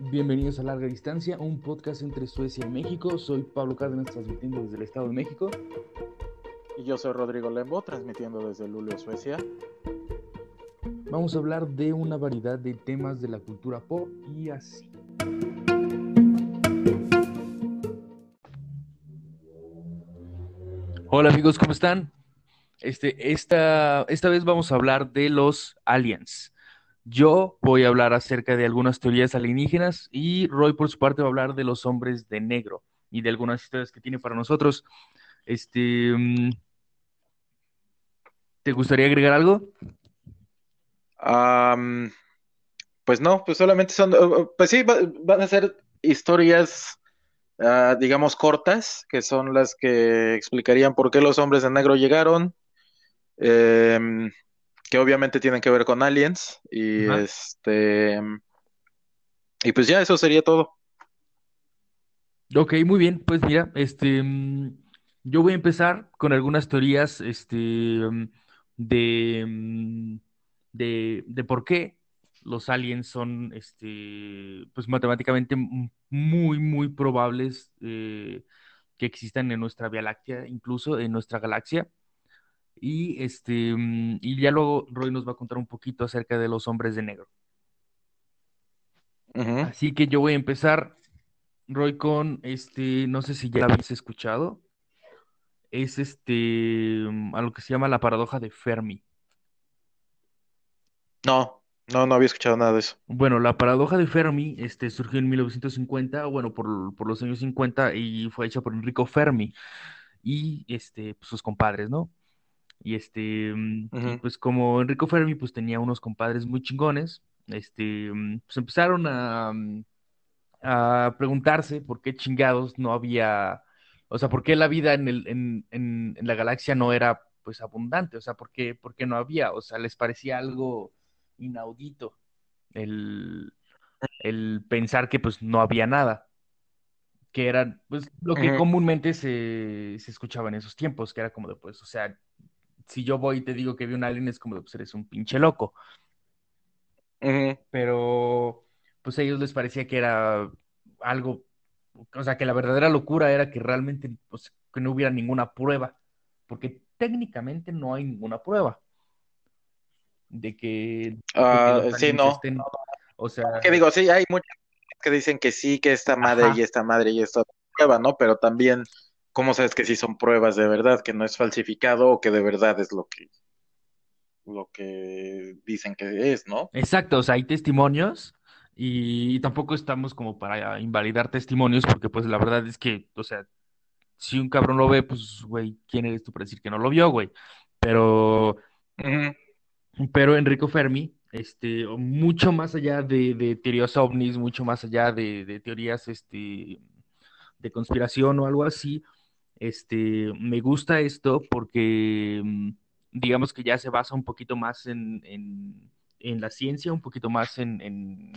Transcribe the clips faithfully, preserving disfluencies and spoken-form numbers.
Bienvenidos a Larga Distancia, un podcast entre Suecia y México. Soy Pablo Cárdenas, transmitiendo desde el Estado de México. Y yo soy Rodrigo Lembo, transmitiendo desde Luleå, Suecia. Vamos a hablar de una variedad de temas de la cultura pop y así. Hola amigos, ¿cómo están? Este, esta, esta vez vamos a hablar de los aliens. Yo voy a hablar acerca de algunas teorías alienígenas y Roy por su parte va a hablar de los hombres de negro y de algunas historias que tiene para nosotros. Este, mm, ¿te gustaría agregar algo? Am, pues no, pues solamente son, uh, uh, pues sí, va- van a ser historias, ah, digamos, cortas, que son las que explicarían por qué los hombres de negro llegaron, em, que obviamente tienen que ver con aliens, y Ajá. este, y pues ya eso sería todo. Ok, muy bien. Pues mira, este, mm, yo voy a empezar con algunas teorías, este, mm, de, mm, de, de por qué los aliens son, este, pues matemáticamente m- muy, muy probables eh, que existan en nuestra Vía Láctea, incluso en nuestra galaxia. Y este, mm, y ya luego Roy nos va a contar un poquito acerca de los hombres de negro. Ujú. Así que yo voy a empezar, Roy, con este, no sé si ya lo habéis escuchado. Es este, mm, a lo que se llama la paradoja de Fermi. No, no, no había escuchado nada de eso. Bueno, la paradoja de Fermi este, surgió en mil novecientos cincuenta, bueno, por, por los años cincuenta y fue hecha por Enrico Fermi y este, pues, sus compadres, ¿no? Y este, mm, y Ujú. pues como Enrico Fermi pues tenía unos compadres muy chingones, este, mm, pues empezaron a, mm, a preguntarse por qué chingados no había, o sea, por qué la vida en el, en, en, en la galaxia no era pues abundante, o sea, por qué, por qué no había, o sea, les parecía algo inaudito el, el pensar que pues no había nada, que era pues lo que Ujú. comúnmente se, se escuchaba en esos tiempos, que era como de pues, o sea, si yo voy y te digo que vi un alien es como de pues eres un pinche loco, Ujú. pero pues a ellos les parecía que era algo, o sea, que la verdadera locura era que realmente, pues, que no hubiera ninguna prueba, porque técnicamente no hay ninguna prueba de que, de que Ah, los sí, aliens no. estén, o sea, Que digo, sí, hay muchas que dicen que sí, que esta madre y ajá, esta madre y esta prueba, ¿no? Pero también, ¿cómo sabes que sí son pruebas de verdad, que no es falsificado o que de verdad es lo que, lo que dicen que es, ¿no? exacto, o sea, hay testimonios y tampoco estamos como para invalidar testimonios, porque pues la verdad es que, o sea, si un cabrón lo ve, pues, güey, ¿quién eres tú para decir que no lo vio, güey? Pero Ujú. Pero Enrico Fermi, este, mucho más allá de, de teorías ovnis, mucho más allá de, de teorías este, de conspiración o algo así, este, me gusta esto porque mm, digamos que ya se basa un poquito más en, en, en la ciencia, un poquito más en, en,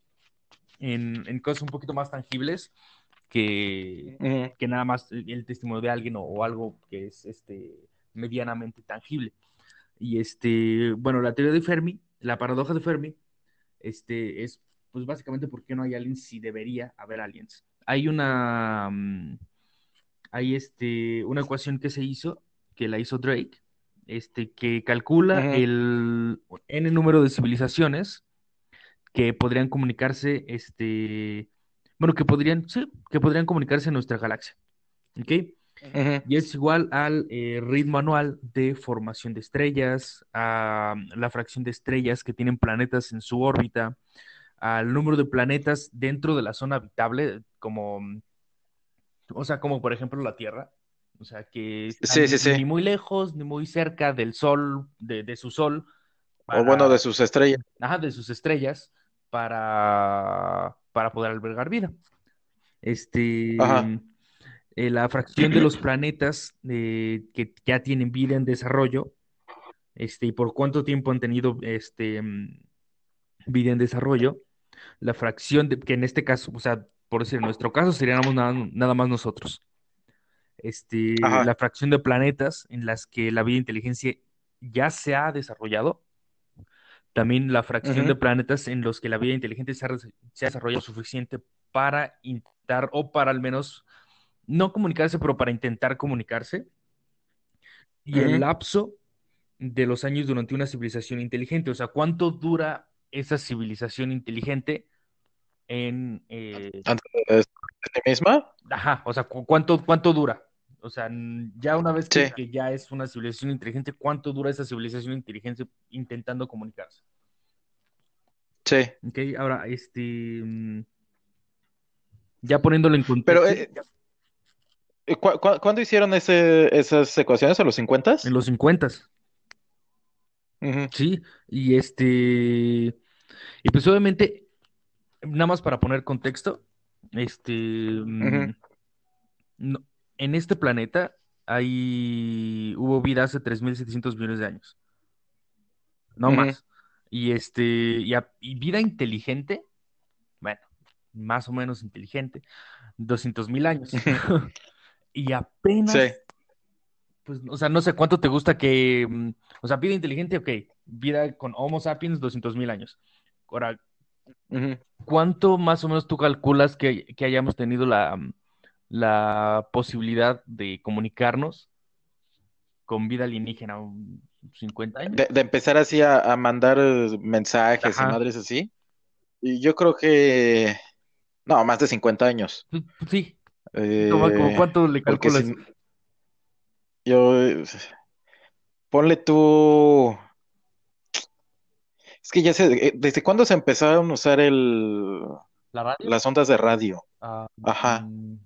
en, en cosas un poquito más tangibles que, Ujú. que nada más el testimonio de alguien o, o algo que es este, medianamente tangible. Y este, bueno, la teoría de Fermi, la paradoja de Fermi, este, es pues básicamente por qué no hay aliens si debería haber aliens. Hay una, mm, hay este, una ecuación que se hizo, que la hizo Drake, este, que calcula Ujú. el n número de civilizaciones que podrían comunicarse, este, bueno, que podrían, sí, que podrían comunicarse en nuestra galaxia. ¿Ok? Ujú. Y es igual al eh, ritmo anual de formación de estrellas, a la fracción de estrellas que tienen planetas en su órbita, al número de planetas dentro de la zona habitable, como, o sea, como por ejemplo la Tierra, o sea, que Sí, sí, están sí. ni muy lejos ni muy cerca del Sol, de, de su Sol, O bueno, de para, sus estrellas. ajá, de sus estrellas, para, para poder albergar vida. Este, Ajá. eh, la fracción de los planetas eh, que ya tienen vida en desarrollo, este, y por cuánto tiempo han tenido este, mm, vida en desarrollo, la fracción de, que en este caso, o sea, por decir, en nuestro caso seríamos nada, nada más nosotros, este, Ajá. la fracción de planetas en las que la vida e inteligencia ya se ha desarrollado, También la fracción de Ujú, planetas en los que la vida inteligente se ha, res- se ha desarrollado suficiente para intentar, o para al menos no comunicarse, pero para intentar comunicarse, y el ujú. lapso de los años durante una civilización inteligente. O sea, ¿cuánto dura esa civilización inteligente en... eh, Antes de ti misma. ajá, o sea, cu- ¿cuánto, cuánto dura? O sea, n- ya una vez que, Sí, que ya es una civilización inteligente, ¿cuánto dura esa civilización inteligente intentando comunicarse? sí. Ok, ahora, este, mm, ya poniéndolo en Pero, contexto, eh, eh, ¿cu- cu- cuándo hicieron ese, esas ecuaciones? ¿A los cincuenta? en los cincuenta, Ujú, sí, y este, y pues obviamente, nada más para poner contexto, este, ujú, mm, no- en este planeta hay, hubo vida hace tres mil setecientos millones de años, no ujú, más. Y este, y, a- y vida inteligente, bueno, más o menos inteligente, doscientos mil años. ujú. Y Sí. apenas, pues, o sea, no sé cuánto te gusta que, mm, o sea, vida inteligente, ok, vida con Homo sapiens, doscientos mil años. Ahora, Ujú. ¿cuánto más o menos tú calculas que, que hayamos tenido la, mm, la posibilidad de comunicarnos con vida alienígena? ¿Un cincuenta años? De, de empezar así a, a mandar eh, mensajes y Ajá. madres así. Y yo creo que, no, más de cincuenta años. Pues, pues sí. ¿Cómo, cómo Eh, cuánto le porque calculas? si yo, eh, ponle tú, es que ya sé, eh, ¿desde cuándo se empezaron a usar el, ¿La radio? las ondas de radio? Ah, Ajá. mm,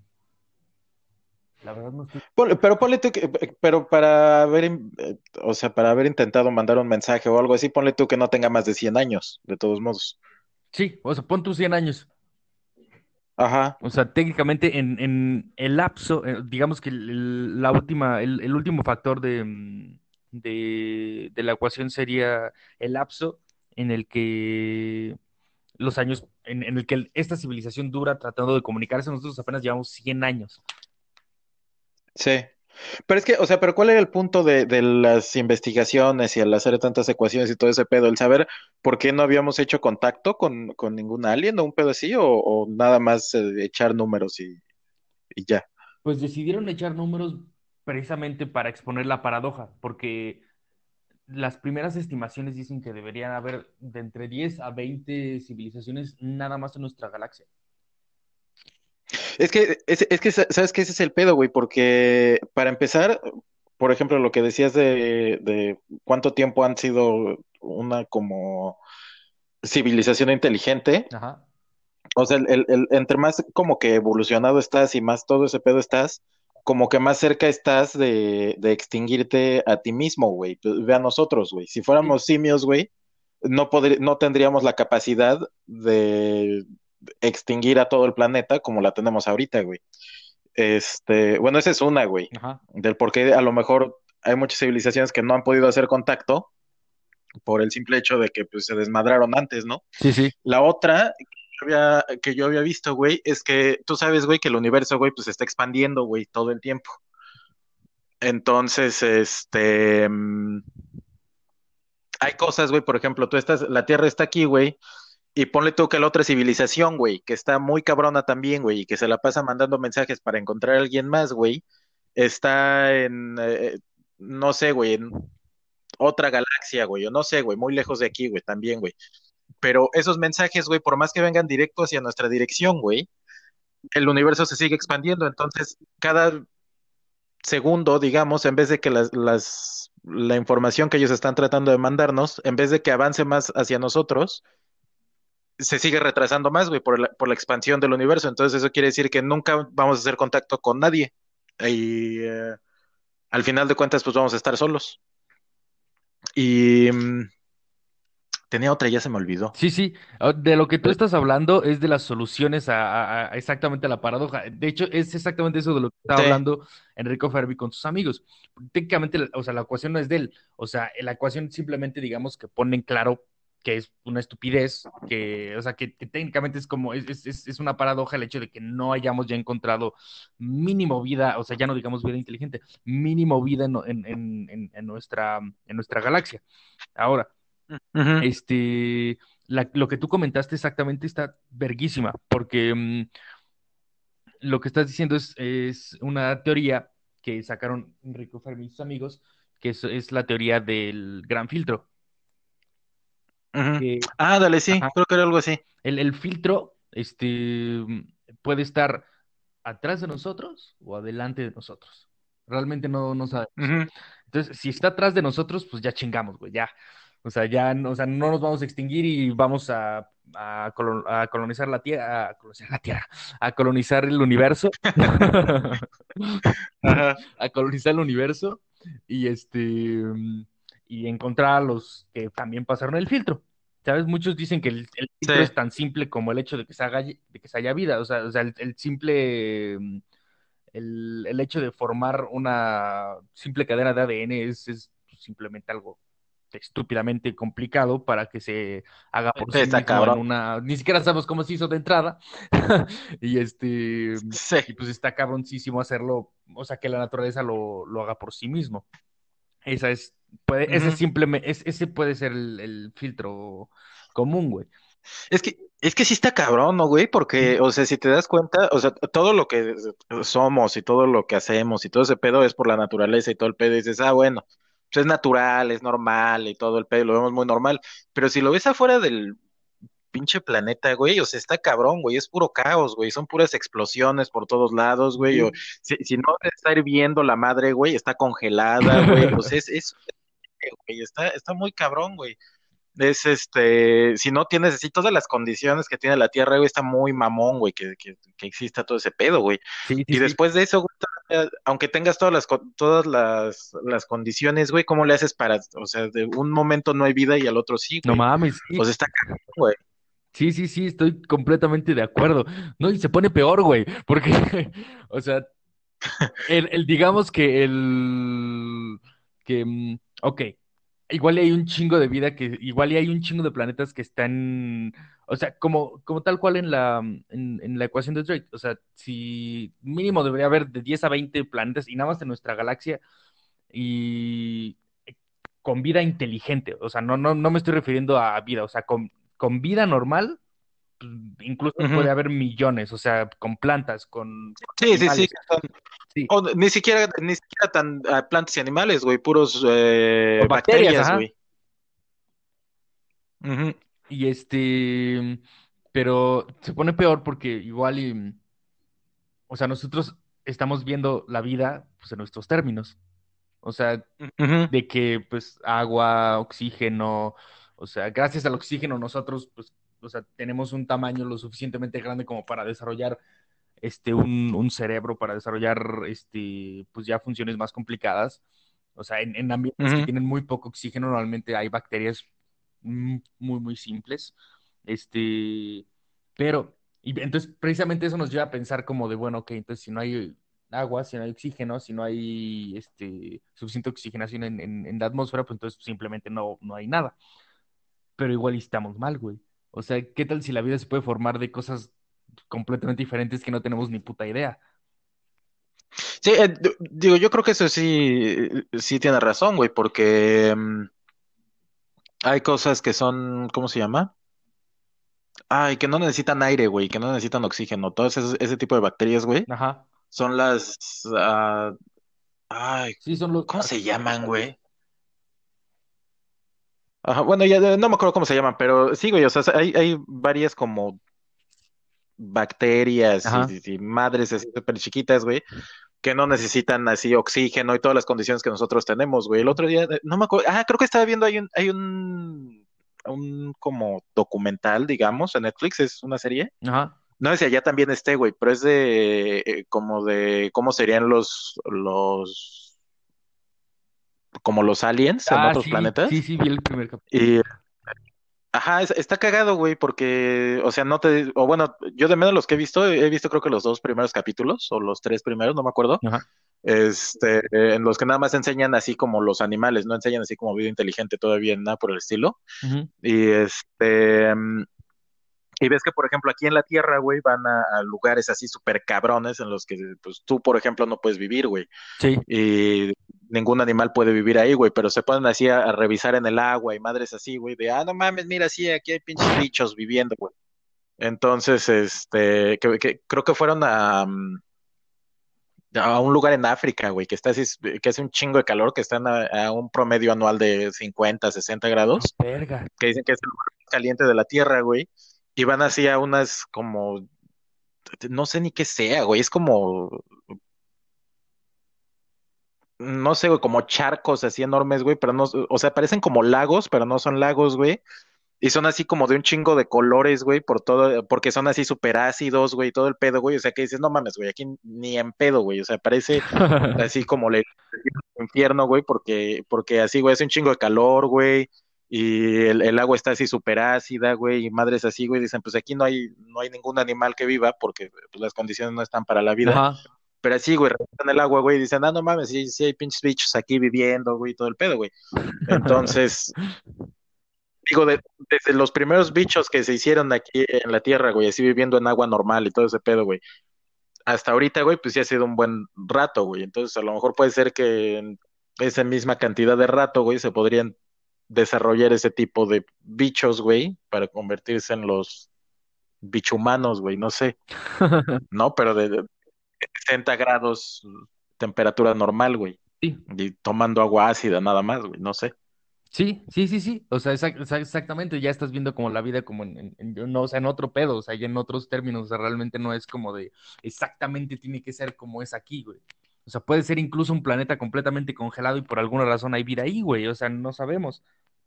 la verdad no estoy. Ponle- pero ponle tú que, pero para haber, in- eh, o sea, para haber intentado mandar un mensaje o algo así, ponle tú que no tenga más de cien años, de todos modos. Sí, o sea, pon tus cien años. Ajá. O sea, técnicamente en, en el lapso, eh, digamos que el, el- la última, el, el último factor de, mm, de, de la ecuación sería el lapso en el que los años, en, en el que esta civilización dura tratando de comunicarse. Nosotros apenas llevamos cien años. Sí. Pero es que, o sea, pero ¿cuál era el punto de, de las investigaciones y al hacer tantas ecuaciones y todo ese pedo? ¿El saber por qué no habíamos hecho contacto con, con ningún alien o un pedo así? ¿O, o nada más eh, echar números y, y ya? Pues decidieron echar números precisamente para exponer la paradoja, porque las primeras estimaciones dicen que deberían haber de entre diez a veinte civilizaciones nada más en nuestra galaxia. Es que, es, es que, sa- ¿sabes qué? Ese es el pedo, güey, porque para empezar, por ejemplo, lo que decías de, de cuánto tiempo han sido una como civilización inteligente. Ajá. O sea, el, el- el- entre más como que evolucionado estás y más todo ese pedo estás, como que más cerca estás de, de extinguirte a ti mismo, güey. Pues, ve a nosotros, güey. Si Sí, fuéramos simios, güey, no podri- no tendríamos la capacidad de extinguir a todo el planeta como la tenemos ahorita, güey. Este, bueno, esa es una, güey, ajá. del por qué a lo mejor hay muchas civilizaciones que no han podido hacer contacto por el simple hecho de que pues, se desmadraron antes, ¿no? Sí, sí. La otra que yo había, que yo había visto, güey, es que tú sabes, güey, que el universo, güey, pues se está expandiendo, güey, todo el tiempo. Entonces, este, mm, hay cosas, güey, por ejemplo, tú estás, la Tierra está aquí, güey, y ponle tú que la otra civilización, güey, que está muy cabrona también, güey, y que se la pasa mandando mensajes para encontrar a alguien más, güey, está en, eh, no sé, güey, en otra galaxia, güey, o no sé, güey, muy lejos de aquí, güey, también, güey. Pero esos mensajes, güey, por más que vengan directo hacia nuestra dirección, güey, el universo se sigue expandiendo. Entonces, cada segundo, digamos, en vez de que las, las, la información que ellos están tratando de mandarnos, en vez de que avance más hacia nosotros, se sigue retrasando más, güey, por la, por la expansión del universo. Entonces, eso quiere decir que nunca vamos a hacer contacto con nadie. Y eh, al final de cuentas, pues vamos a estar solos. Y mm, tenía otra, ya se me olvidó. Sí, sí. Ah, de lo que tú estás hablando es de las soluciones a, a- a exactamente a la paradoja. De hecho, es exactamente eso de lo que estaba Sí, hablando Enrico Fermi con sus amigos. Técnicamente, la- o sea, la ecuación no es de él. O sea, la ecuación simplemente, digamos, que pone en claro que es una estupidez, que, o sea, que, que técnicamente es como, es, es, es es una paradoja el hecho de que no hayamos ya encontrado mínimo vida, o sea, ya no digamos vida inteligente, mínimo vida en, en, en, en en nuestra, en nuestra galaxia. Ahora. Ujú, Este, la- lo que tú comentaste exactamente está verguísima, porque mm, lo que estás diciendo es, es una teoría que sacaron Enrico Fermi y sus amigos, que es, es la teoría del gran filtro. ujú. Que, Ah, dale, sí, ajá, creo que era algo así. el, el filtro, este, puede estar atrás de nosotros o adelante de nosotros. Realmente no, no sabemos. Ujú. Entonces, si está atrás de nosotros, pues ya chingamos, güey, ya. O sea, ya, no- o sea, no nos vamos a extinguir y vamos a, a, colo- a colonizar la Tierra, a colonizar la Tierra, a colonizar el universo, Ajá, a colonizar el universo y este y encontrar a los que también pasaron el filtro. ¿Sabes? Muchos dicen que el, el sí, filtro es tan simple como el hecho de que se haga, de que se haya vida. O sea, o sea, el, el simple mm, el, el hecho de formar una simple cadena de A D N es, es simplemente algo estúpidamente complicado para que se haga por sí, sí está mismo en cabrón. una, ni siquiera sabemos cómo se hizo de entrada, y este, Sí. y pues está cabroncísimo hacerlo, o sea, que la naturaleza lo, lo haga por sí mismo. Esa es, puede, ese Ujú. simplemente, es, ese puede ser el, el filtro común, güey. Es que, es que sí está cabrón, ¿no, güey? Porque, Ujú. o sea, si te das cuenta, o sea, todo lo que somos y todo lo que hacemos y todo ese pedo es por la naturaleza y todo el pedo, y dices, ah, bueno, pues es natural, es normal y todo el pedo, lo vemos muy normal. Pero si lo ves afuera del pinche planeta, güey, o sea, está cabrón, güey, es puro caos, güey, son puras explosiones por todos lados, güey, o Sí. si, si no está hirviendo la madre, güey, está congelada, güey, o sea, es, es, güey, está, está muy cabrón, güey. Es este, si no tienes así todas las condiciones que tiene la Tierra, güey, está muy mamón, güey, que, que, que exista todo ese pedo, güey. Sí, sí, Y sí. después de eso, güey, todavía, aunque tengas todas las, co- todas las, las condiciones, güey, ¿cómo le haces para, o sea, de un momento no hay vida y al otro sí, No güey? mames, O sí. sea, está cabrón, güey. Sí, sí, sí, estoy completamente de acuerdo. No, y se pone peor, güey, porque, o sea, el, el- digamos que el, que, mm, ok, igual y hay un chingo de vida que, igual y hay un chingo de planetas que están, o sea, como, como tal cual en la, en, en la ecuación de Drake, o sea, si mínimo debería haber de diez a veinte planetas y nada más en nuestra galaxia y con vida inteligente, o sea, no, no, no me estoy refiriendo a vida, o sea, con, con vida normal pues, incluso Ujú. puede haber millones, o sea, con plantas, con, con Sí, sí, sí. animales. Sí, O ni siquiera, ni siquiera tan ah, plantas y animales, güey, puros o eh, bacterias, bacterias, ajá. güey. Ujú, Y este, pero se pone peor porque igual, y, o sea, nosotros estamos viendo la vida, pues, en nuestros términos. O sea, ujú, de que, pues, agua, oxígeno, o sea, gracias al oxígeno nosotros, pues, o sea, tenemos un tamaño lo suficientemente grande como para desarrollar este, un, un cerebro para desarrollar este, pues ya funciones más complicadas. O sea, en, en ambientes que ujú, tienen muy poco oxígeno, normalmente hay bacterias mm, muy, muy simples. Este, pero, y entonces precisamente eso nos lleva a pensar como de, bueno, ok, entonces si no hay agua, si no hay oxígeno, si no hay este, suficiente oxigenación en, en, en la atmósfera, pues entonces simplemente no, no hay nada. Pero igual y estamos mal, güey. O sea, ¿qué tal si la vida se puede formar de cosas completamente diferentes que no tenemos ni puta idea? sí, eh, d- digo, yo creo que eso sí, sí tiene razón, güey, porque mm, hay cosas que son, ¿cómo se llama? Ay, que no necesitan aire, güey, que no necesitan oxígeno. Todo ese, ese tipo de bacterias, güey, Ajá. son las, ah, ay, Sí, son los ¿cómo se llaman, arquitectos. güey? Ajá, bueno, ya eh, no me acuerdo cómo se llaman, pero sí, güey, o sea, hay, hay varias como bacterias y, Ajá. y- y madres así súper chiquitas, güey, que no necesitan así oxígeno y todas las condiciones que nosotros tenemos, güey. El otro día, eh, no me acuerdo, ah, creo que estaba viendo, hay un, hay un, un como documental, digamos, en Netflix, es una serie. Ajá. No sé si allá también esté, güey, pero es de eh, como de cómo serían los, los, como los aliens en Ah, otros sí, sí, planetas. sí, vi el primer capítulo. Y, ajá, es- está cagado, güey, porque, o sea, no te, o bueno, yo de menos los que he visto, he visto creo que los dos primeros capítulos, o los tres primeros, no me acuerdo, Ajá. este, eh, en los que nada más enseñan así como los animales, no enseñan así como vida inteligente todavía, nada por el estilo. Ujú. Y este, Y ves que, por ejemplo, aquí en la Tierra, güey, van a, a lugares así súper cabrones en los que, pues, tú, por ejemplo, no puedes vivir, güey. Sí. Y ningún animal puede vivir ahí, güey, pero se ponen así a, a revisar en el agua y madres así, güey, de, ah, no mames, mira, sí, aquí hay pinches bichos viviendo, güey. Entonces, este, que, que- creo que fueron a, mm, a un lugar en África, güey, que está así, que hace un chingo de calor, que están a, a un promedio anual de cincuenta, sesenta Ah, grados, verga. que dicen que es el lugar más caliente de la Tierra, güey, y van así a unas como, no sé ni qué sea, güey, es como, no sé, güey, como charcos así enormes, güey, pero no, o sea, parecen como lagos, pero no son lagos, güey. Y son así como de un chingo de colores, güey, por todo, porque son así súper ácidos, güey, todo el pedo, güey. O sea, que dices, no mames, güey, aquí ni en pedo, güey. O sea, parece así como el infierno, güey, porque, porque así, güey, hace un chingo de calor, güey. Y el, el agua está así súper ácida, güey, y madres así, güey, dicen, pues aquí no hay, no hay ningún animal que viva porque pues, las condiciones no están para la vida. Ajá. Pero así, güey, revisan el agua, güey, y dicen, ah, no mames, sí, sí hay pinches bichos aquí viviendo, güey, todo el pedo, güey. Entonces, digo, de- desde los primeros bichos que se hicieron aquí en la Tierra, güey, así viviendo en agua normal y todo ese pedo, güey, hasta ahorita, güey, pues sí ha sido un buen rato, güey. Entonces, a lo mejor puede ser que en esa misma cantidad de rato, güey, se podrían desarrollar ese tipo de bichos, güey, para convertirse en los bichumanos, güey, no sé, ¿no? Pero de, de sesenta grados, temperatura normal, güey, Sí, y tomando agua ácida nada más, güey, no sé. sí, sí, sí, sí. O sea, exac- exa- exactamente, ya estás viendo como la vida como en, en- en- no, o sea, en otro pedo, o sea, ya en otros términos, o sea, realmente no es como de exactamente tiene que ser como es aquí, güey. O sea, puede ser incluso un planeta completamente congelado y por alguna razón hay vida ahí, güey. O sea, no sabemos.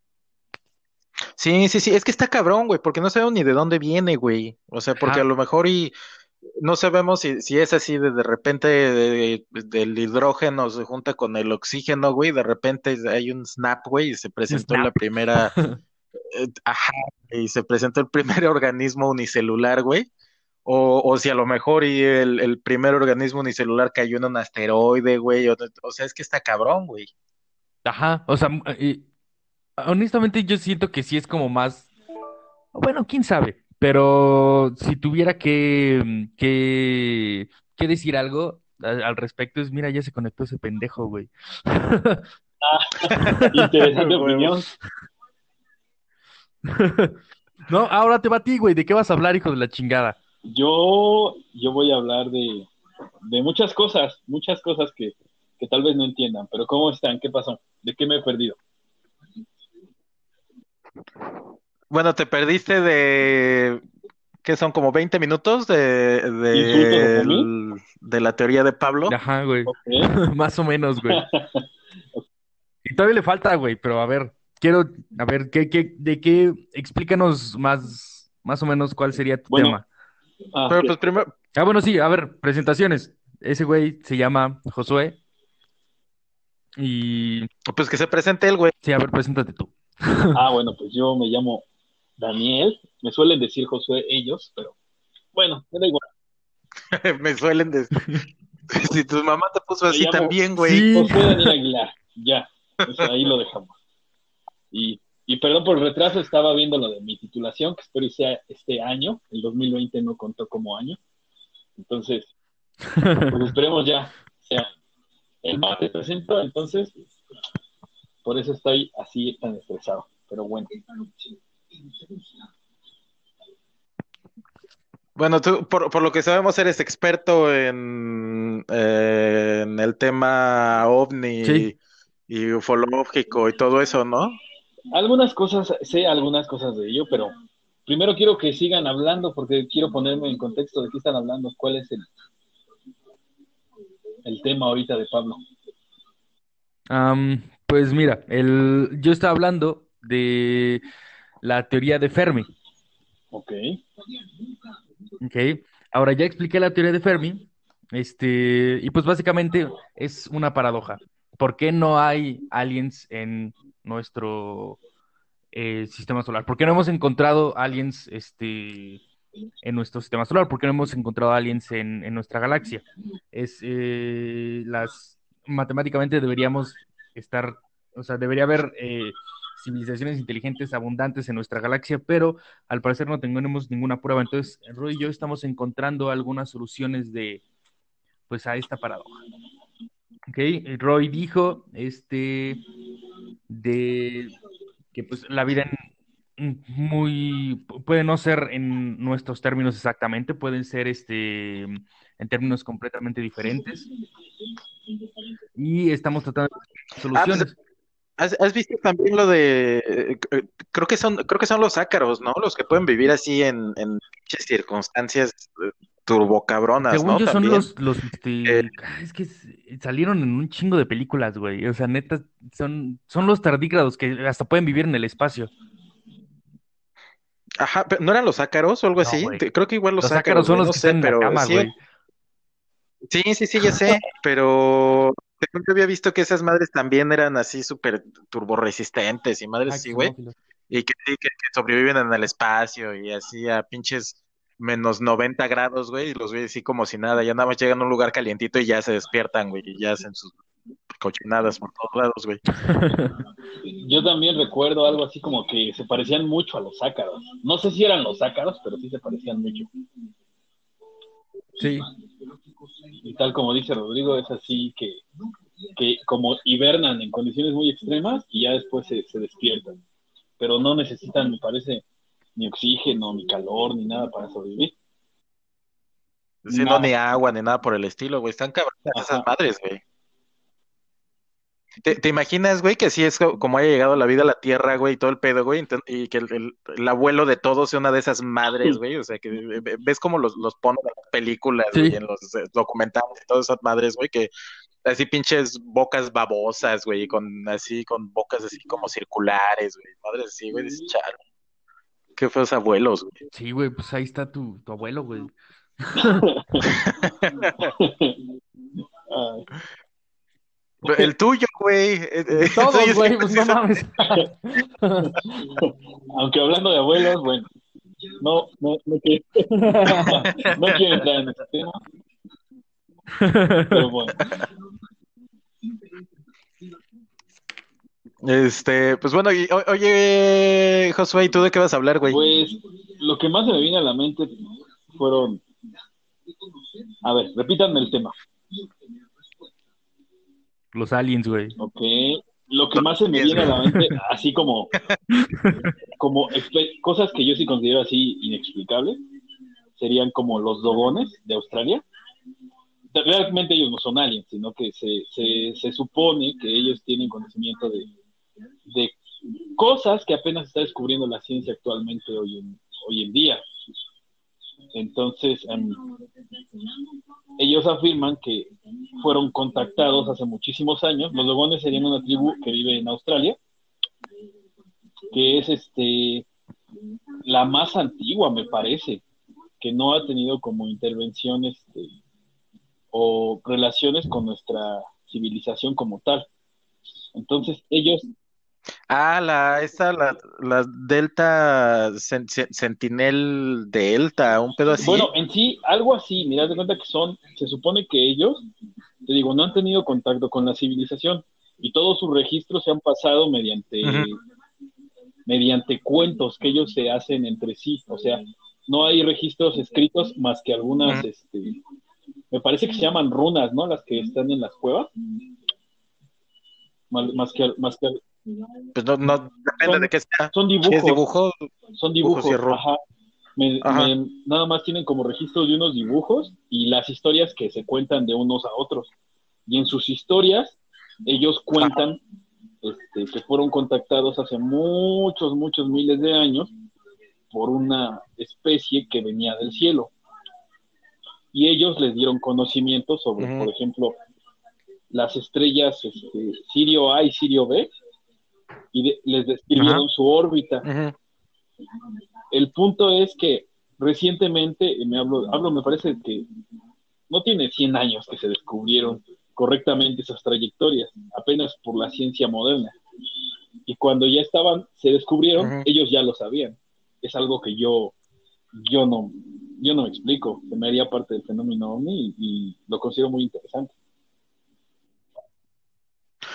Sí, sí, sí, es que está cabrón, güey, porque no sabemos ni de dónde viene, güey. O sea, porque a Ajá. lo mejor y no sabemos si, si es así de, de repente de- del hidrógeno se junta con el oxígeno, güey, de repente hay un snap, güey, y se Un presentó la snap. primera, eh, ajá, y se presentó el primer organismo unicelular, güey. O, o si a lo mejor y el, el primer organismo unicelular cayó en un asteroide, güey. O, o sea, es que está cabrón, güey. Ajá. O sea, m- y, honestamente yo siento que sí es como más, bueno, quién sabe, pero si tuviera que, mm, que, que decir algo al, al respecto es, mira, ya se conectó ese pendejo, güey. Interesante Huevo. opinión. No, ahora te va a ti, güey. ¿De qué vas a hablar, hijo de la chingada? Yo, yo voy a hablar de, de muchas cosas, muchas cosas que, que tal vez no entiendan, pero ¿cómo están? ¿Qué pasó? ¿De qué me he perdido? Bueno, te perdiste de, ¿qué son? Como veinte minutos de, ¿Insultos de, hacia mí? de la teoría de Pablo. Ajá, güey. Ok. Más o menos, güey. Y todavía le falta, güey, pero a ver, quiero, a ver, ¿qué, qué, de qué? Explícanos más, más o menos cuál sería tu Bueno, tema. ah, Pero que- pues primero, Ah, bueno, sí, a ver, presentaciones. Ese güey se llama Josué y pues que se presente el güey. sí, a ver, preséntate tú. ah, bueno, pues yo me llamo Daniel, me suelen decir Josué ellos, pero bueno, me da igual. Me suelen decir. Si tu mamá te puso Me así llamo también, güey. Sí. Josué Daniel Aguilar, ya, eso, ahí lo dejamos. Y, y perdón por el retraso, estaba viendo lo de mi titulación, que espero y sea este año, el dos mil veinte no contó como año, entonces, pues esperemos ya sea el martes presento, entonces, por eso estoy así tan estresado, pero bueno. Bueno, tú, por, por lo que sabemos, eres experto en, eh, en el tema Sí. ovni y ufológico y todo eso, ¿no? Algunas cosas, sé algunas cosas de ello, pero primero quiero que sigan hablando porque quiero ponerme en contexto de qué están hablando, cuál es el, el tema ahorita de Pablo. Am, pues mira, el, yo estaba hablando de la teoría de Fermi, Ok, ¿ok? Ahora ya expliqué la teoría de Fermi, este, y pues básicamente es una paradoja. ¿Por qué no hay aliens en nuestro eh, sistema solar? ¿Por qué no hemos encontrado aliens, este, en nuestro sistema solar? ¿Por qué no hemos encontrado aliens en, en nuestra galaxia? Es eh, las matemáticamente deberíamos estar, o sea, debería haber eh, civilizaciones inteligentes abundantes en nuestra galaxia, pero al parecer no tenemos ninguna prueba. Entonces, Roy y yo estamos encontrando algunas soluciones de, pues, a esta paradoja. Ok, Roy dijo, este, de que pues la vida en- muy, puede no ser en nuestros términos exactamente, pueden ser este, en términos completamente diferentes y estamos tratando de buscar Ah, pues, soluciones. ¿has, has visto también lo de, eh, eh, creo que son, creo que son los ácaros, ¿no? Los que pueden vivir así en, en pinches circunstancias eh, turbocabronas, Según ¿no? yo son También. los, los, Eh, este, ah, es que s- salieron en un chingo de películas, güey, o sea, neta, son, son los tardígrados que hasta pueden vivir en el espacio. ajá, pero ¿no eran los ácaros o algo No, así? güey. Te- Creo que igual los Los ácaros ácaros, son güey, los no que sé, están en la pero cama, sí, güey. sí, sí, sí, ya sé, pero según yo había visto que esas madres también eran así súper turborresistentes y madres Ajá, así, güey, extremófilos. y que sí, que, que sobreviven en el espacio y así a pinches menos noventa grados, güey, y los ve así como si nada, ya nada más llegan a un lugar calientito y ya se despiertan, güey, y ya hacen sus cochinadas por todos lados, güey. Yo también recuerdo algo así como que se parecían mucho a los ácaros. No sé si eran los ácaros, pero sí se parecían mucho. Sí, Y tal como dice Rodrigo, es así que, que como hibernan en condiciones muy extremas y ya después se, se despiertan. Pero no necesitan, me parece, ni oxígeno, ni calor, ni nada para sobrevivir. Sí, no, Nada. ni agua, ni nada por el estilo, güey, están cabronas esas Ajá. madres, güey. ¿Te, te imaginas, güey, que así es co- como haya llegado la vida a la Tierra, güey, y todo el pedo, güey, enten- y que el, el- el abuelo de todos sea una de esas madres, güey? O sea, que ve- ve- ves como los, los ponen en las películas, güey, sí. en los eh, documentales y todas esas madres, güey, que así pinches bocas babosas, güey, y con así, con bocas así como circulares, güey, madres así, güey, dices, chale, qué feos abuelos, güey. Sí, güey, pues ahí está tu, tu abuelo, güey. Ay, El tuyo, güey, eh, eh, De el todos, tuyo sí, güey, pues sí no se- mames. aunque hablando de abuelos, bueno, no, no, no quiero, no quiero entrar en ese tema, pero bueno, Este, pues bueno, y, o- oye, Josué, ¿y tú de qué vas a hablar, güey? pues lo que más se me viene a la mente fueron, a ver, repítanme el tema, Los aliens, güey. ¿ok? Lo que más se me viene a la mente, así como, como expe- cosas que yo sí considero así inexplicables, serían como los dogones de Australia. Realmente ellos no son aliens, sino que se, se, se supone que ellos tienen conocimiento de, de cosas que apenas está descubriendo la ciencia actualmente hoy en, hoy en día. Entonces, um, ellos afirman que fueron contactados hace muchísimos años. Los Dogones serían una tribu que vive en Australia, que es este la más antigua, me parece, que no ha tenido como intervención este, o relaciones con nuestra civilización como tal. Entonces, ellos, Ah, la, esta, la, la Delta, Sen- Sen- Sentinel Delta, un pedo bueno, así. en sí, algo así, mirad de cuenta que son, se supone que ellos, te digo, no han tenido contacto con la civilización y todos sus registros se han pasado mediante, Ujú, mediante cuentos que ellos se hacen entre sí, o sea, no hay registros escritos más que algunas, ujú. este, me parece que se llaman runas, ¿no? Las que están en las cuevas, más, más que, más que, Pues no, no, depende de son, qué sea. son Si es dibujos, dibujo, son dibujo dibujos, cierro. ajá. Me, Ajá. me, nada más tienen como registros de unos dibujos y las historias que se cuentan de unos a otros. Y en sus historias, ellos Ajá. cuentan este, que fueron contactados hace muchos, muchos miles de años por una especie que venía del cielo. Y ellos les dieron conocimiento sobre, Ujú, por ejemplo, las estrellas este, Sirio A y Sirio B, y de, les Ajá. describieron su órbita. ujú. El punto es que recientemente, me hablo, hablo, me parece que no tiene cien años que se descubrieron correctamente esas trayectorias, apenas por la ciencia moderna. Y cuando ya estaban, se descubrieron, Ujú. ellos ya lo sabían. Es algo que yo, yo no, yo no me explico. Se me haría parte del fenómeno OVNI y, y lo considero muy interesante.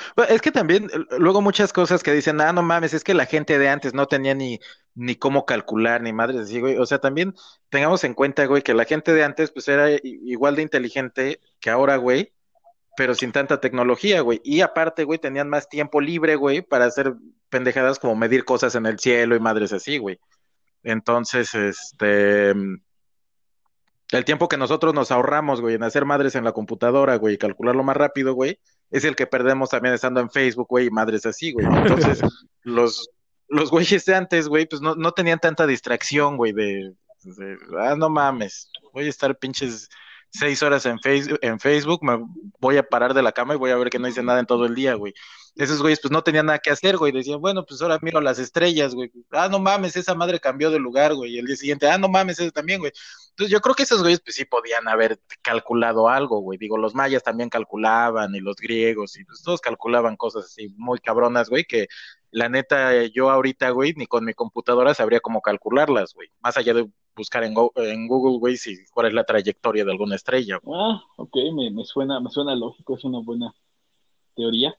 Bueno, es que también eh, luego muchas cosas que dicen, ah, no mames, es que la gente de antes no tenía ni, ni cómo calcular, ni madres así, güey. O sea, también tengamos en cuenta, güey, que la gente de antes pues era i- igual de inteligente que ahora, güey, pero sin tanta tecnología, güey. Y aparte, güey, tenían más tiempo libre, güey, para hacer pendejadas como medir cosas en el cielo y madres así, güey. Entonces, este, el tiempo que nosotros nos ahorramos, güey, en hacer madres en la computadora, güey, y calcularlo más rápido, güey, es el que perdemos también estando en Facebook, güey, y madres así, güey. Entonces, los, los güeyes de antes, güey, pues no, no tenían tanta distracción, güey, de, de, ah, no mames, voy a estar pinches seis horas en, face, en Facebook, me voy a parar de la cama y voy a ver que no hice nada en todo el día, güey. Esos güeyes, pues no tenían nada que hacer, güey. Decían, bueno, pues ahora miro las estrellas, güey. Ah, no mames, esa madre cambió de lugar, güey. Y el día siguiente, ah, no mames, esa también, güey. Entonces yo creo que esos güeyes pues sí podían haber calculado algo, güey. Digo, los mayas también calculaban y los griegos y pues todos calculaban cosas así muy cabronas, güey, que la neta eh, yo ahorita, güey, ni con mi computadora sabría cómo calcularlas, güey. Más allá de buscar en, Go- en Google, güey, si cuál es la trayectoria de alguna estrella, güey. Ah, ok, me, me suena, me suena lógico, es una buena teoría.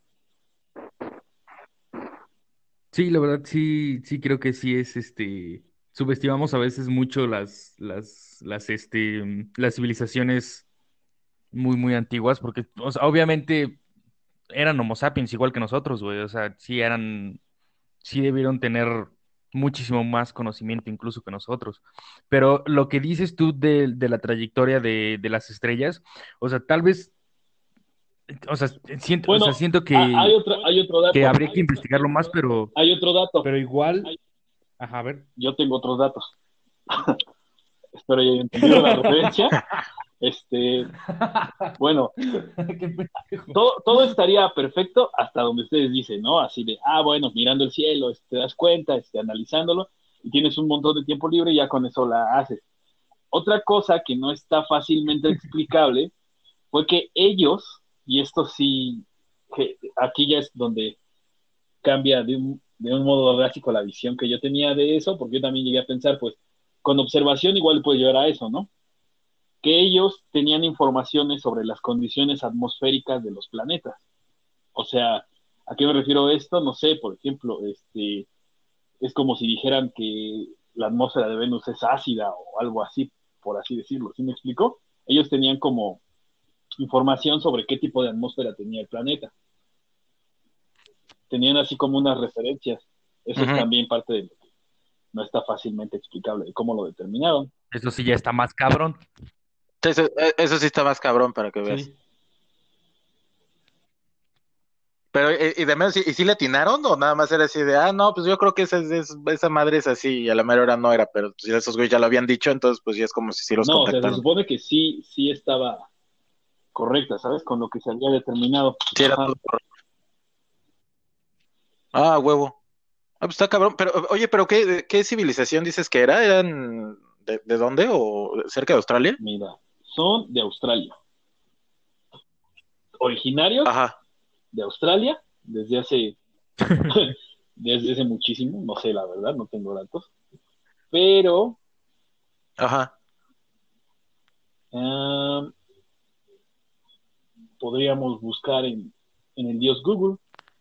Sí, la verdad sí, sí creo que sí es este, subestimamos a veces mucho las, las, las, este, mm, las civilizaciones muy, muy antiguas, porque, o sea, obviamente eran Homo sapiens igual que nosotros, güey, o sea, sí eran, sí debieron tener muchísimo más conocimiento incluso que nosotros. Pero lo que dices tú de, de la trayectoria de, de las estrellas, o sea, tal vez, o sea, siento, o sea, Bueno, siento ha- hay que, otro, hay otro que dato, habría que investigarlo más, pero, hay otro dato. pero igual, ajá, a ver. Yo tengo otros datos. Espero ya hayan entendido la referencia. Este, bueno, Qué pendejo. todo, todo estaría perfecto hasta donde ustedes dicen, ¿no? Así de, ah, bueno, mirando el cielo, este, te das cuenta, este, analizándolo, y tienes un montón de tiempo libre y ya con eso la haces. Otra cosa que no está fácilmente explicable fue que ellos, y esto sí, que aquí ya es donde cambia de un, de un modo drástico la visión que yo tenía de eso, porque yo también llegué a pensar, pues, con observación igual puede llegar a eso, ¿no? Que ellos tenían informaciones sobre las condiciones atmosféricas de los planetas. O sea, ¿a qué me refiero esto? No sé, por ejemplo, este, es como si dijeran que la atmósfera de Venus es ácida o algo así, por así decirlo. ¿Sí me explico? Ellos tenían como información sobre qué tipo de atmósfera tenía el planeta. Tenían así como unas referencias. Eso es Ujú. también parte de lo que no está fácilmente explicable de cómo lo determinaron. Eso sí ya está más cabrón. Eso, eh, eso sí está más cabrón para que veas. Sí. Pero, eh, ¿y de menos, y, y sí le atinaron o nada más era así de, ah, no, pues yo creo que esa, es- es- esa madre es así y a la mera hora no era, pero pues, esos güeyes ya lo habían dicho, entonces pues ya es como si sí los No, o sea, se contactaron. supone que sí, sí estaba correcta, ¿sabes? Con lo que se había determinado. Sí, era Ajá. todo correcto. Ah, huevo. Ah, pues está cabrón. Pero, oye, ¿pero qué, qué civilización dices que era? ¿Eran de, de dónde? ¿O cerca de Australia? Mira, son de Australia. Originarios Ajá, de Australia desde hace, desde hace muchísimo, no sé la verdad, no tengo datos, pero ajá. um, podríamos buscar en, en el dios Google.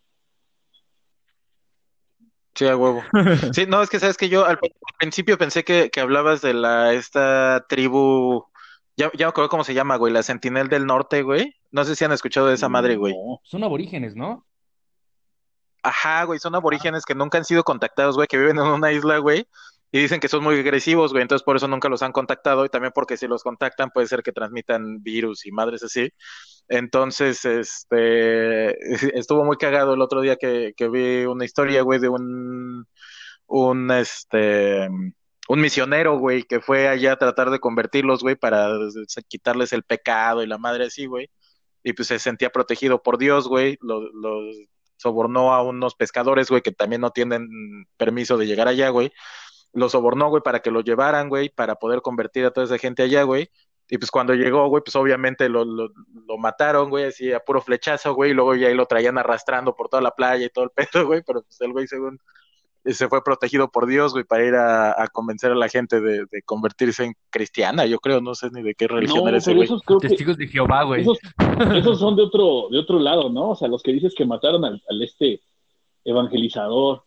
Sí, a huevo. Sí, no, es que sabes que yo al, al principio pensé que, que hablabas de la, esta tribu, ya, ya me acuerdo cómo se llama, güey, la Sentinel del Norte, güey. No sé si han escuchado de esa madre, güey. No, Son aborígenes, ¿no? Ajá, güey, son aborígenes que nunca han sido contactados, güey, que viven en una isla, güey, y dicen que son muy agresivos, güey, entonces por eso nunca los han contactado y también porque si los contactan puede ser que transmitan virus y madres así. Entonces, este, estuvo muy cagado el otro día que, que vi una historia, güey, de un, un, este, un misionero, güey, que fue allá a tratar de convertirlos, güey, para quitarles el pecado y la madre así, güey y pues se sentía protegido por Dios, güey, los lo sobornó a unos pescadores, güey, que también no tienen permiso de llegar allá, güey, los sobornó, güey, para que lo llevaran, güey, para poder convertir a toda esa gente allá, güey, y pues cuando llegó, güey, pues obviamente lo, lo, lo mataron, güey, así a puro flechazo, güey, y luego ya ahí lo traían arrastrando por toda la playa y todo el pedo, güey, pero pues el güey según se fue protegido por Dios, güey, para ir a, a convencer a la gente de, de convertirse en cristiana, yo creo, no sé ni de qué religión era No, ese pero güey. esos creo que, Testigos de Jehová, güey. esos, esos son de otro, de otro lado, ¿no? O sea, los que dices que mataron al, al este evangelizador.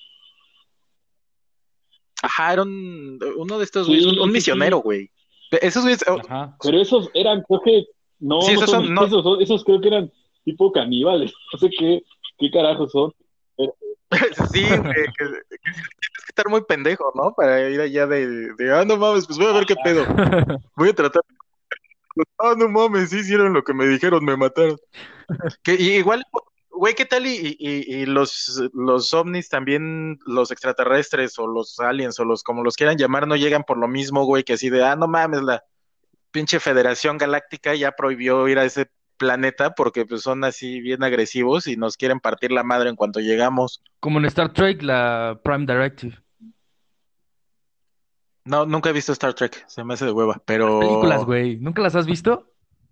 Ajá, era un, uno de estos güeyes, un, Sí, un sí, misionero, sí. güey. Esos güeyes, oh, Ajá. Pero esos eran, creo que, no, sí, no esos son son, no, esos, son- esos creo que eran tipo caníbales. No sé qué, qué carajos son. Pero, sí, güey, que, que tienes que estar muy pendejo, ¿no? Para ir allá de, de, ah, no mames, pues voy a ver qué pedo. Voy a tratar, ah, no mames, sí hicieron lo que me dijeron, me mataron. Que y igual, güey, ¿qué tal? Y, y, y los, los ovnis también, los extraterrestres o los aliens o los como los quieran llamar, no llegan por lo mismo, güey, que así de, ah, no mames, la pinche Federación Galáctica ya prohibió ir a ese planeta porque pues son así bien agresivos y nos quieren partir la madre en cuanto llegamos. Como en Star Trek, la Prime Directive. No, nunca he visto Star Trek, se me hace de hueva, Las películas, pero güey. ¿Nunca las has visto?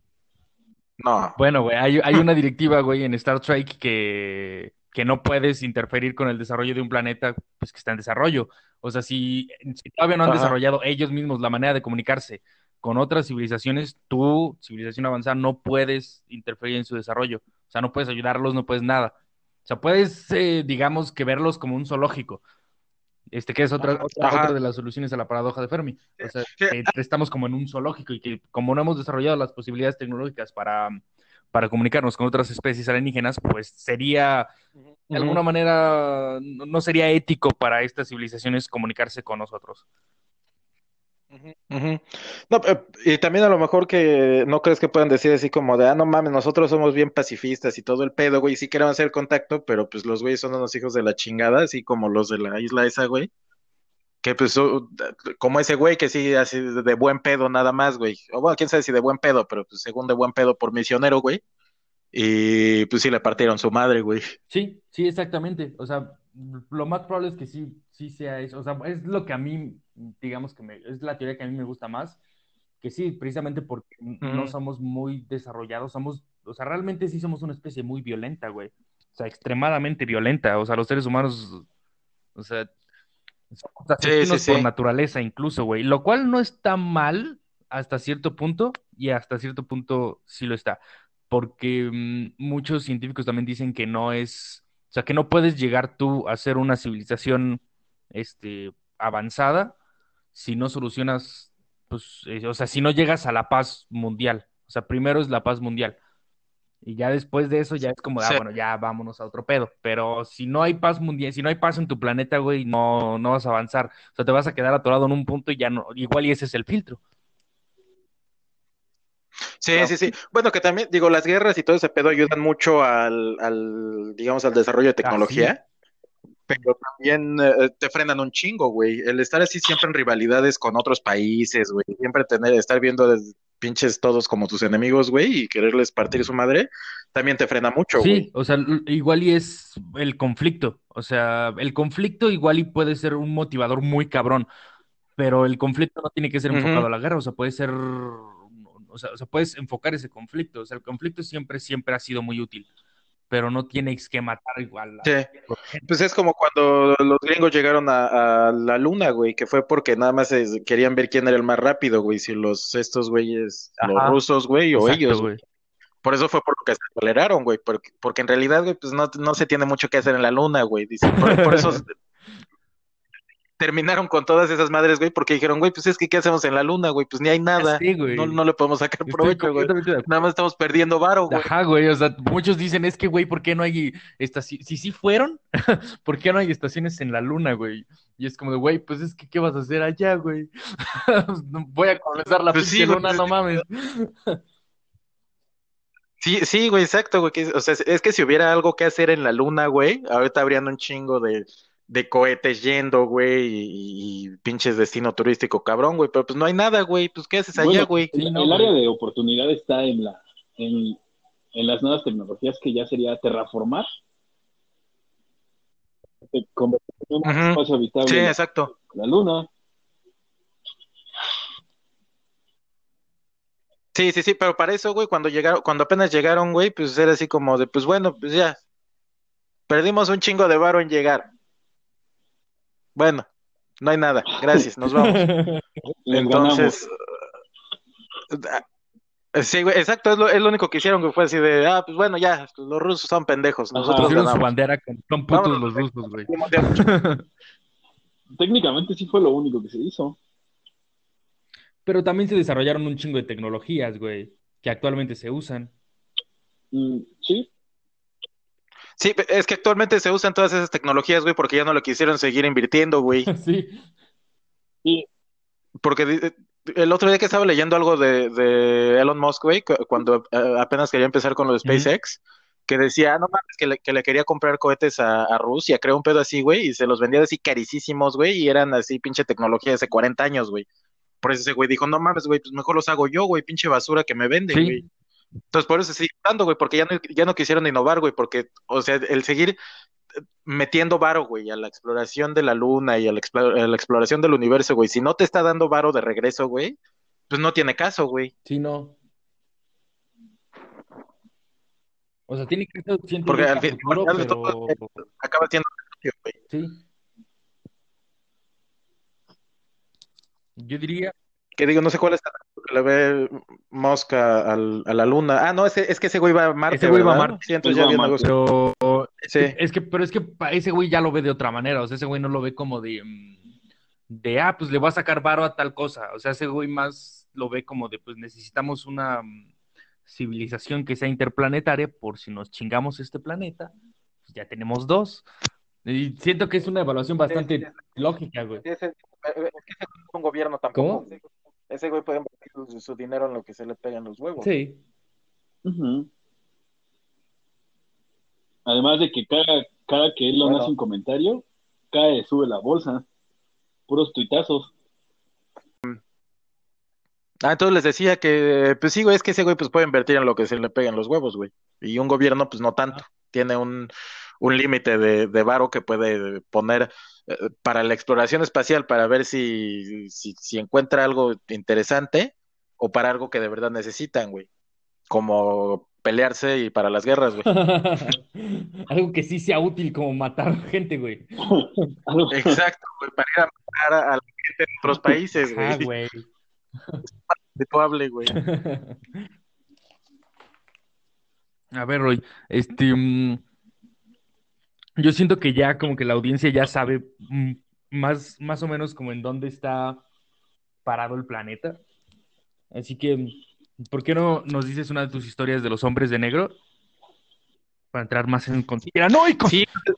no. Bueno, güey, hay, hay una directiva, güey, en Star Trek que, que no puedes interferir con el desarrollo de un planeta, pues que está en desarrollo. O sea, si, si todavía no han Ajá. desarrollado ellos mismos la manera de comunicarse con otras civilizaciones, tú, civilización avanzada, no puedes interferir en su desarrollo. O sea, no puedes ayudarlos, no puedes nada. O sea, puedes, eh, digamos, que verlos como un zoológico. Este, que es otra, otra, otra Ajá. de las soluciones a la paradoja de Fermi. O sea, Que- que estamos como en un zoológico y que como no hemos desarrollado las posibilidades tecnológicas para, para comunicarnos con otras especies alienígenas, pues sería, de Ujú. alguna manera, no, no sería ético para estas civilizaciones comunicarse con nosotros. Ujú, ujú. No, eh, y también a lo mejor que no crees que puedan decir así como de, ah, no mames, nosotros somos bien pacifistas y todo el pedo, güey, sí queremos hacer contacto, pero pues los güeyes son unos hijos de la chingada, así como los de la isla esa, güey, que pues so- como ese güey que sí, así de de buen pedo nada más, güey, o bueno, quién sabe si de buen pedo, pero pues según de buen pedo por misionero, güey, y pues sí le partieron su madre, güey. Sí, sí, exactamente. O sea, lo más probable es que sí, sí sea eso. O sea, es lo que a mí, digamos que me, es la teoría que a mí me gusta más, que sí, precisamente porque no Ujú, somos muy desarrollados, somos, o sea, realmente sí somos una especie muy violenta, güey. O sea, extremadamente violenta. O sea, los seres humanos, o sea, somos sí, sí, asesinos por sí. naturaleza incluso, güey. Lo cual no está mal hasta cierto punto y hasta cierto punto sí lo está. Porque mm, muchos científicos también dicen que no es, o sea, que no puedes llegar tú a ser una civilización, este, avanzada si no solucionas, pues, eh, o sea, si no llegas a la paz mundial. O sea, primero es la paz mundial. Y ya después de eso ya es como, ah, Sí. bueno, ya vámonos a otro pedo. Pero si no hay paz mundial, si no hay paz en tu planeta, güey, no, no vas a avanzar. O sea, te vas a quedar atorado en un punto y ya no, igual y ese es el filtro. Sí, sí, sí. Bueno, que también, digo, las guerras y todo ese pedo ayudan mucho al, al, digamos, al desarrollo de Ah, sí. tecnología, pero también eh, te frenan un chingo, güey. El estar así siempre en rivalidades con otros países, güey, siempre tener, estar viendo des- pinches todos como tus enemigos, güey, y quererles partir su madre, también te frena mucho, Sí, güey. o sea, l- igual y es el conflicto. O sea, el conflicto igual y puede ser un motivador muy cabrón, pero el conflicto no tiene que ser enfocado Ujú. a la guerra, o sea, puede ser, o sea, o sea, puedes enfocar ese conflicto. O sea, el conflicto siempre, siempre ha sido muy útil, pero no tienes que matar igual a Sí. Pues es como cuando los gringos llegaron a, a la luna, güey, que fue porque nada más eh, querían ver quién era el más rápido, güey, si los estos güeyes, los Ajá, rusos, güey, o exacto, ellos. güey. Por eso fue por lo que se toleraron, güey, porque, porque en realidad, güey, pues no, no se tiene mucho que hacer en la luna, güey. Dice, por, por eso terminaron con todas esas madres, güey, porque dijeron, güey, pues es que ¿qué hacemos en la luna, güey? Pues ni hay Ya nada, sé, no, güey. no le podemos sacar Estoy provecho, güey. completamente de Nada más acuerdo. estamos perdiendo varo, güey. Ajá, güey. O sea, muchos dicen, es que, güey, ¿por qué no hay estaciones? Si sí fueron, ¿por qué no hay estaciones en la luna, güey? Y es como de, güey, pues es que, ¿qué vas a hacer allá, güey? No voy a colonizar la Pues sí, pinche güey, luna, pues, no mames. sí, sí, güey, exacto, güey. que- o sea, es que si hubiera algo que hacer en la luna, güey, ahorita habrían un chingo de, de cohetes yendo, güey, y, y pinches destino turístico, cabrón, güey, pero pues no hay nada, güey, pues ¿qué haces allá, bueno, güey? el, Sí, no, el área güey. de oportunidad está en la, en, en las nuevas tecnologías que ya sería terraformar, eh, convertir en un Ujú. espacio Sí, habitable la, exacto. la luna. Sí, sí, sí, pero para eso, güey, cuando llegaron, cuando apenas llegaron, güey, pues era así como de, pues bueno, pues ya, perdimos un chingo de varo en llegar. Bueno, no hay nada. Gracias, nos vamos. Les ganamos. Entonces, eh, sí, güey, exacto, es lo, es lo único que hicieron, que fue así de, ah, pues bueno, ya, los rusos son pendejos, Ajá. nosotros Pusieron su ganamos. bandera con son putos Vámonos, los rusos, güey. güey. Técnicamente sí fue lo único que se hizo. Pero también se desarrollaron un chingo de tecnologías, güey, que actualmente se usan. Mm, sí, Sí, es que actualmente se usan todas esas tecnologías, güey, porque ya no lo quisieron seguir invirtiendo, güey. Sí. sí. Porque di- el otro día que estaba leyendo algo de, de Elon Musk, güey, cu- cuando eh, apenas quería empezar con lo de Ujú. SpaceX, que decía, ah, no mames, que le, que le quería comprar cohetes a, a Rusia, creo un pedo así, güey, y se los vendía así carísimos, güey, y eran así pinche tecnología de hace cuarenta años, güey. Por eso ese güey dijo, no mames, güey, pues mejor los hago yo, güey, pinche basura que me venden, güey. Sí, Entonces por eso se sigue dando, güey, porque ya no, ya no quisieron innovar, güey, porque, o sea, el seguir metiendo varo, güey, a la exploración de la luna y a la, explo- a la exploración del universo, güey, si no te está dando varo de regreso, güey, pues no tiene caso, güey. sí, no. O sea, tiene que ser, siento Porque yo, al para fin, al futuro, final de todo, pero eh, acaba siendo negocio, güey. sí. Yo diría, Que digo, no sé cuál es el que le ve Mosca al, a la luna. Ah, no, ese, es que ese güey va a ese Marte, güey va a ¿verdad? Marte, Sí, Él entonces ya va a había Marte. negocio. pero es que, Sí. es que, pero es que pa- ese güey ya lo ve de otra manera. O sea, ese güey no lo ve como de, mm, de, ah, pues le voy a sacar varo a tal cosa. O sea, ese güey más lo ve como de, pues necesitamos una mm, civilización que sea interplanetaria por si nos chingamos este planeta, pues ya tenemos dos. Y siento que es una evaluación Sí, sí, sí, bastante lógica, güey. sí, ese- eh, eh, es que ese no es un gobierno tampoco. ¿Cómo? Ese güey puede invertir su, su dinero en lo que se le pegan los huevos, güey. Sí. Ujú. Además de que cada, cada que él lo hace un Bueno, comentario, cae, sube la bolsa. Puros tuitazos. ah, entonces les decía que, pues sí, güey, es que ese güey pues puede invertir en lo que se le pegan los huevos, güey. Y un gobierno, pues no tanto. Tiene un, un límite de, de varo que puede poner eh, para la exploración espacial para ver si, si, si encuentra algo interesante o para algo que de verdad necesitan, güey. Como pelearse y para las guerras, güey. Algo que sí sea útil como matar gente, güey. Algo- Exacto, güey, para ir a matar a, a la gente en otros países, Ajá, güey. güey. De tu hable, güey. A ver, Roy, este, mm, yo siento que ya como que la audiencia ya sabe mm, más, más o menos como en dónde está parado el planeta. Así que, mm, ¿por qué no nos dices una de tus historias de los hombres de negro? Para entrar más en conspiranoicos. Sí,